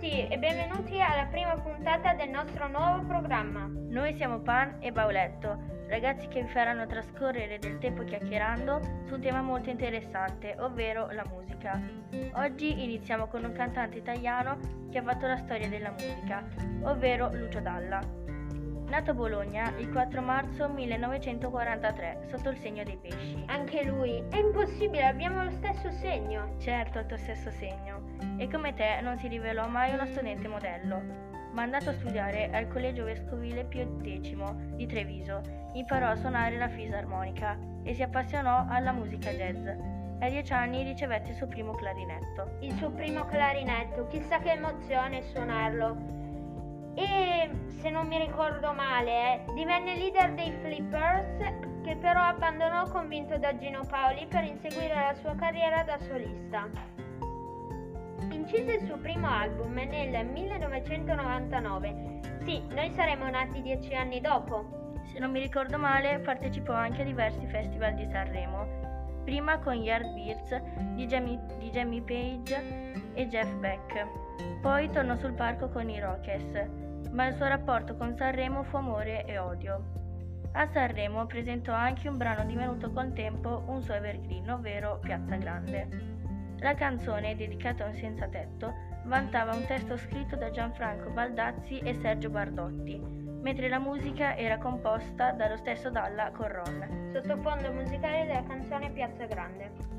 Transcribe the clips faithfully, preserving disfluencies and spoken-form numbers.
tutti e benvenuti alla prima puntata del nostro nuovo programma. Noi siamo Pan e Bauletto, ragazzi che vi faranno trascorrere del tempo chiacchierando su un tema molto interessante, ovvero la musica. Oggi iniziamo con un cantante italiano che ha fatto la storia della musica, ovvero Lucio Dalla. Nato a Bologna il quattro marzo millenovecentoquarantatré, sotto il segno dei pesci. Anche lui, è impossibile, abbiamo lo stesso segno. Certo, il tuo stesso segno. E come te non si rivelò mai uno studente modello. Ma andato a studiare al Collegio Vescovile Pio X di Treviso, imparò a suonare la fisarmonica e si appassionò alla musica jazz. A dieci anni ricevette il suo primo clarinetto. Il suo primo clarinetto, chissà che emozione suonarlo. E se non mi ricordo male, eh, divenne leader dei Flippers, che però abbandonò convinto da Gino Paoli per inseguire la sua carriera da solista. Incise il suo primo album nel millenovecentonovantanove. Sì, noi saremmo nati dieci anni dopo. Se non mi ricordo male, partecipò anche a diversi festival di Sanremo, prima con Yardbirds di Jamie, di Jamie Page e Jeff Beck. Poi tornò sul palco con i Rockets, ma il suo rapporto con Sanremo fu amore e odio. A Sanremo presentò anche un brano divenuto col tempo un suo evergreen, ovvero Piazza Grande. La canzone, dedicata a un senza tetto, vantava un testo scritto da Gianfranco Baldazzi e Sergio Bardotti, mentre la musica era composta dallo stesso Dalla con Ron. Sottofondo musicale della canzone Piazza Grande.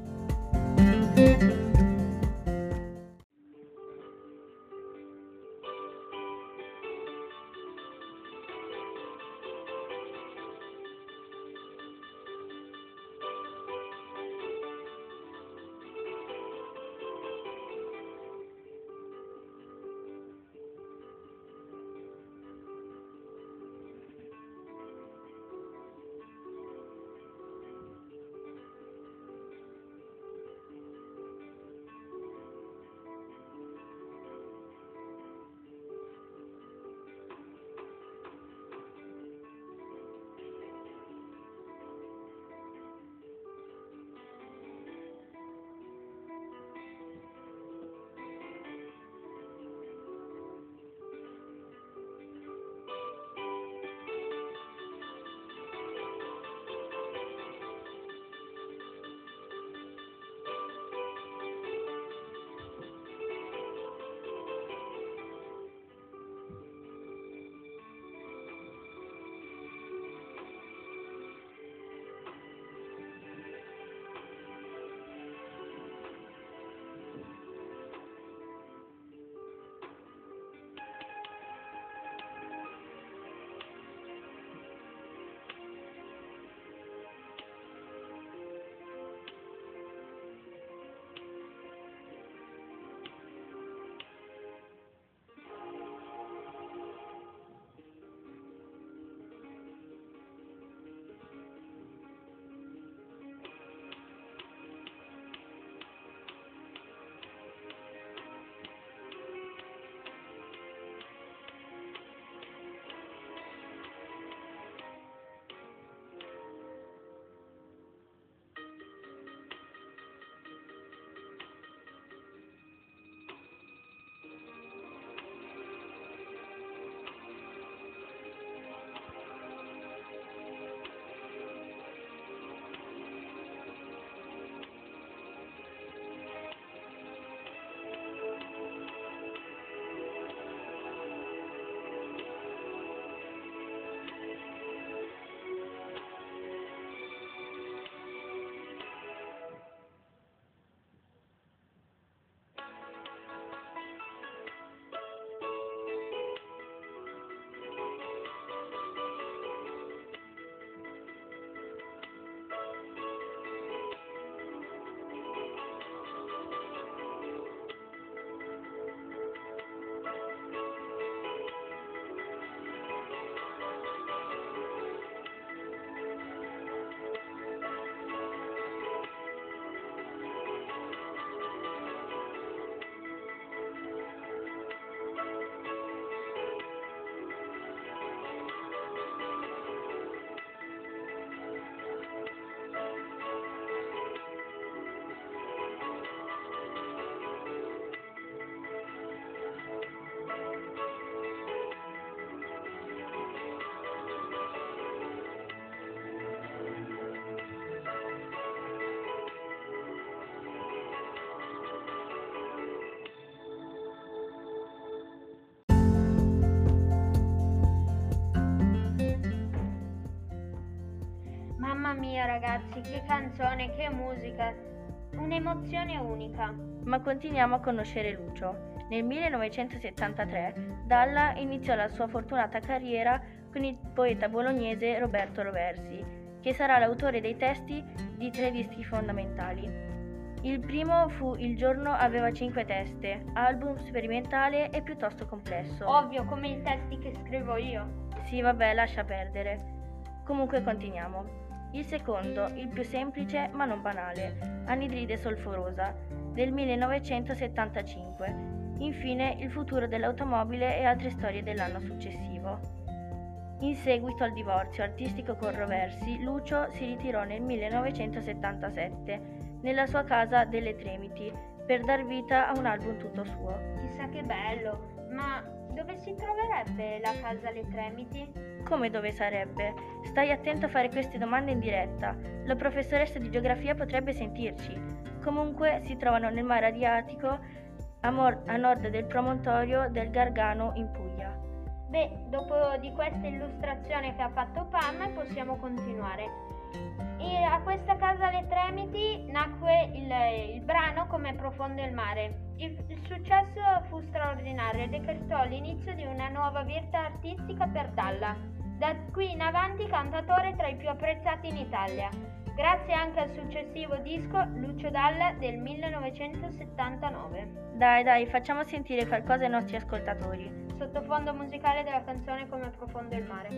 mia ragazzi, che canzone, che musica, un'emozione unica. Ma continuiamo a conoscere Lucio. Nel millenovecentosettantatré Dalla iniziò la sua fortunata carriera con il poeta bolognese Roberto Roversi, che sarà l'autore dei testi di tre dischi fondamentali. Il primo fu Il giorno aveva cinque teste, album sperimentale e piuttosto complesso. Ovvio, come i testi che scrivo io. Sì, vabbè, lascia perdere. Comunque continuiamo. Il secondo, il più semplice ma non banale, Anidride solforosa, del millenovecentosettantacinque. Infine, Il futuro dell'automobile e altre storie dell'anno successivo. In seguito al divorzio artistico con Roversi, Lucio si ritirò nel millenovecentosettantasette nella sua casa delle Tremiti per dar vita a un album tutto suo. Chissà che bello, ma dove si troverebbe la casa Le Tremiti? Come dove sarebbe? Stai attento a fare queste domande in diretta. La professoressa di geografia potrebbe sentirci. Comunque si trovano nel mare Adriatico a, mor- a nord del promontorio del Gargano in Puglia. Beh, dopo di questa illustrazione che ha fatto Pam possiamo continuare. E a questa casa Le Tremiti nacque il, il brano Come profondo il mare. Il, il successo fu straordinario e decretò l'inizio di una nuova vita artistica per Dalla. Da qui in avanti cantatore tra i più apprezzati in Italia, grazie anche al successivo disco Lucio Dalla del millenovecentosettantanove. Dai dai, facciamo sentire qualcosa ai nostri ascoltatori. Sottofondo musicale della canzone Come profondo il mare.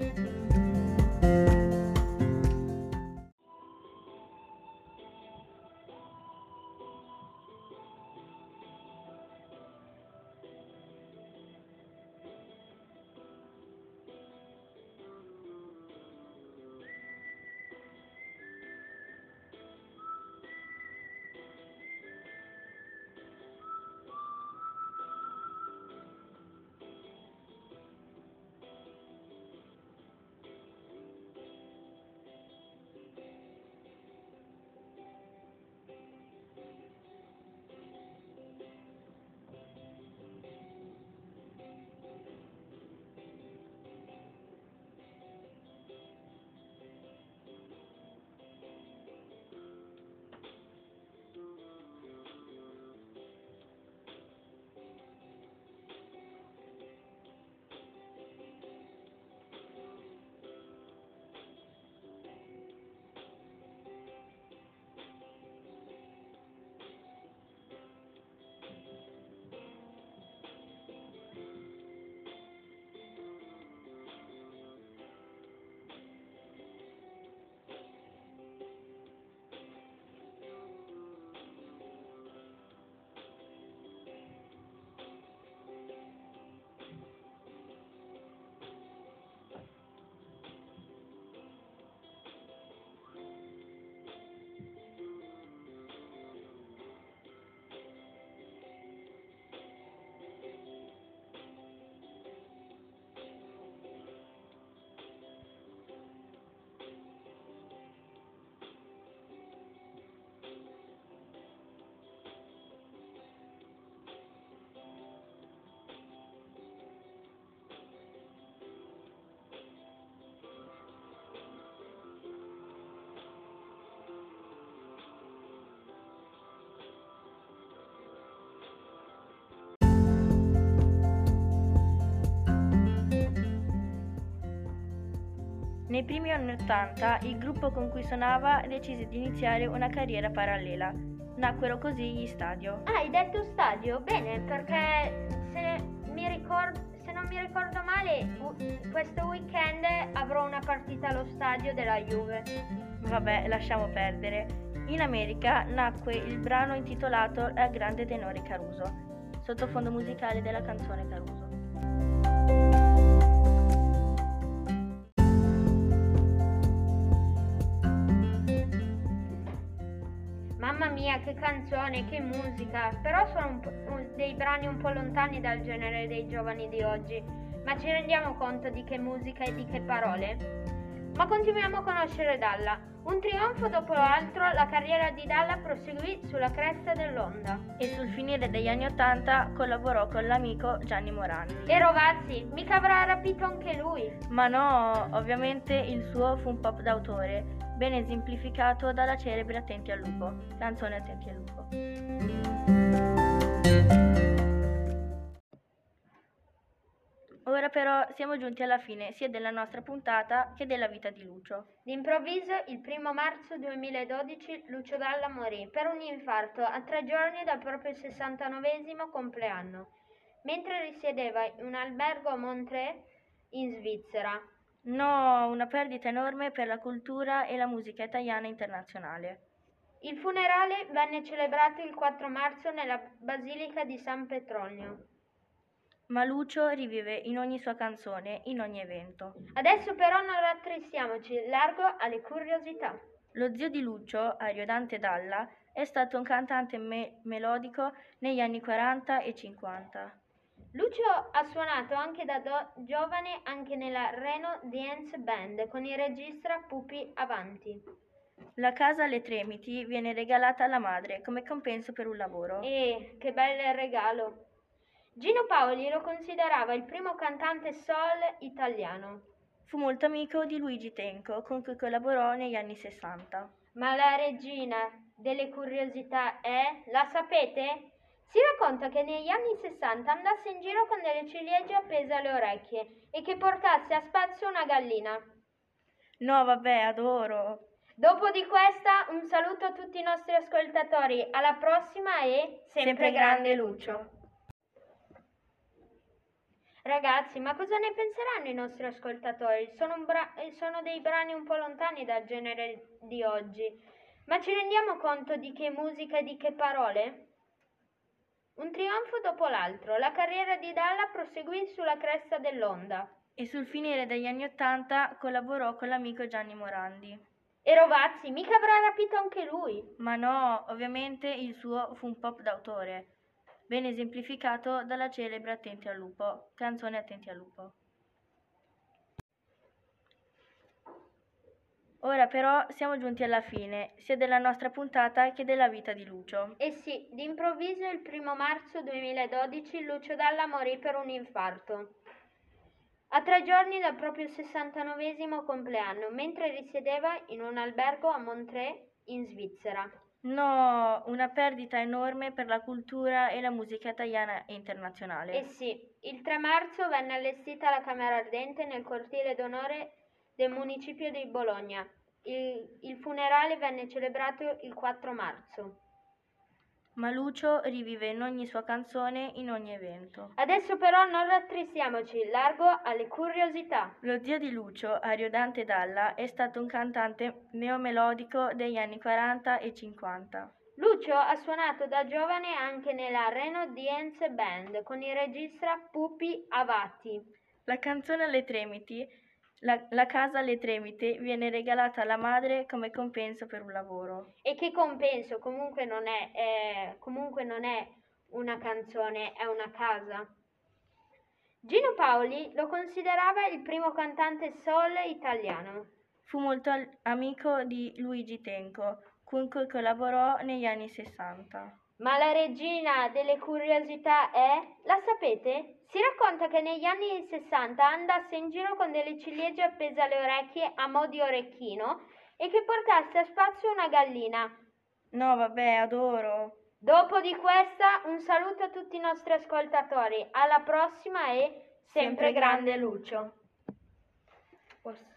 Nei primi anni Ottanta il gruppo con cui suonava decise di iniziare una carriera parallela. Nacquero così gli Stadio. Ah, hai detto Stadio? Bene, perché se, mi ricordo, se non mi ricordo male, u- questo weekend avrò una partita allo stadio della Juve. Vabbè, lasciamo perdere. In America nacque il brano intitolato La grande tenore Caruso, sottofondo musicale della canzone Caruso. Mamma mia, che canzone, che musica! Però sono un po', un- dei brani un po' lontani dal genere dei giovani di oggi. Ma ci rendiamo conto di che musica e di che parole? Ma continuiamo a conoscere Dalla. Un trionfo dopo l'altro, la carriera di Dalla proseguì sulla cresta dell'onda. E sul finire degli anni Ottanta collaborò con l'amico Gianni Morandi. E Rovazzi, mica avrà rapito anche lui? Ma no, ovviamente il suo fu un pop d'autore, ben esemplificato dalla celebre Attenti al lupo, canzone Attenti al lupo. Ora però siamo giunti alla fine sia della nostra puntata che della vita di Lucio. D'improvviso, il primo marzo duemiladodici, Lucio Dalla morì per un infarto a tre giorni dal proprio sessantanovesimo compleanno, mentre risiedeva in un albergo a Montreux, in Svizzera. No, una perdita enorme per la cultura e la musica italiana internazionale. Il funerale venne celebrato il quattro marzo nella Basilica di San Petronio. Ma Lucio rivive in ogni sua canzone, in ogni evento. Adesso però non rattristiamoci, largo alle curiosità. Lo zio di Lucio, Ariodante Dalla, è stato un cantante me- melodico negli anni quaranta e cinquanta. Lucio ha suonato anche da do- giovane anche nella Reno Dance Band con il regista Pupi Avanti. La casa alle Tremiti viene regalata alla madre come compenso per un lavoro. E che bel regalo! Gino Paoli lo considerava il primo cantante soul italiano. Fu molto amico di Luigi Tenco, con cui collaborò negli anni sessanta. Ma la regina delle curiosità è, la sapete? Si racconta che negli anni sessanta andasse in giro con delle ciliegie appese alle orecchie e che portasse a spazio una gallina. No, vabbè, adoro! Dopo di questa, un saluto a tutti i nostri ascoltatori. Alla prossima e sempre, Sempre grande Lucio! Ragazzi, ma cosa ne penseranno i nostri ascoltatori? Sono, un bra- sono dei brani un po' lontani dal genere di oggi, ma ci rendiamo conto di che musica e di che parole? Un trionfo dopo l'altro, la carriera di Dalla proseguì sulla cresta dell'onda. E sul finire degli anni Ottanta collaborò con l'amico Gianni Morandi. E Rovazzi, mica avrà rapito anche lui? Ma no, ovviamente il suo fu un pop d'autore, ben esemplificato dalla celebre Attenti al lupo, canzone Attenti al lupo. Ora però siamo giunti alla fine, sia della nostra puntata che della vita di Lucio. Eh sì, d'improvviso il primo marzo duemiladodici Lucio Dalla morì per un infarto, a tre giorni dal proprio sessantanovesimo compleanno, mentre risiedeva in un albergo a Montreux, in Svizzera. No, una perdita enorme per la cultura e la musica italiana e internazionale. Eh sì, il tre marzo venne allestita la Camera Ardente nel cortile d'onore del municipio di Bologna. Il, il funerale venne celebrato il quattro marzo. Ma Lucio rivive in ogni sua canzone, in ogni evento. Adesso però non rattristiamoci, largo alle curiosità. Lo zio di Lucio, Ariodante Dalla, è stato un cantante neomelodico degli anni quaranta e cinquanta. Lucio ha suonato da giovane anche nella Reno Dance Band con il regista Pupi Avati. La canzone alle Tremiti, la, la casa alle Tremiti, viene regalata alla madre come compenso per un lavoro. E che compenso? Comunque non è, eh, comunque non è una canzone, è una casa. Gino Paoli lo considerava il primo cantante soul italiano. Fu molto al- amico di Luigi Tenco, con cui collaborò negli anni sessanta. Ma la regina delle curiosità è, la sapete? Si racconta che negli anni sessanta andasse in giro con delle ciliegie appese alle orecchie a mo' di orecchino e che portasse a spazio una gallina. No, vabbè, adoro! Dopo di questa, un saluto a tutti i nostri ascoltatori. Alla prossima e sempre grande Lucio.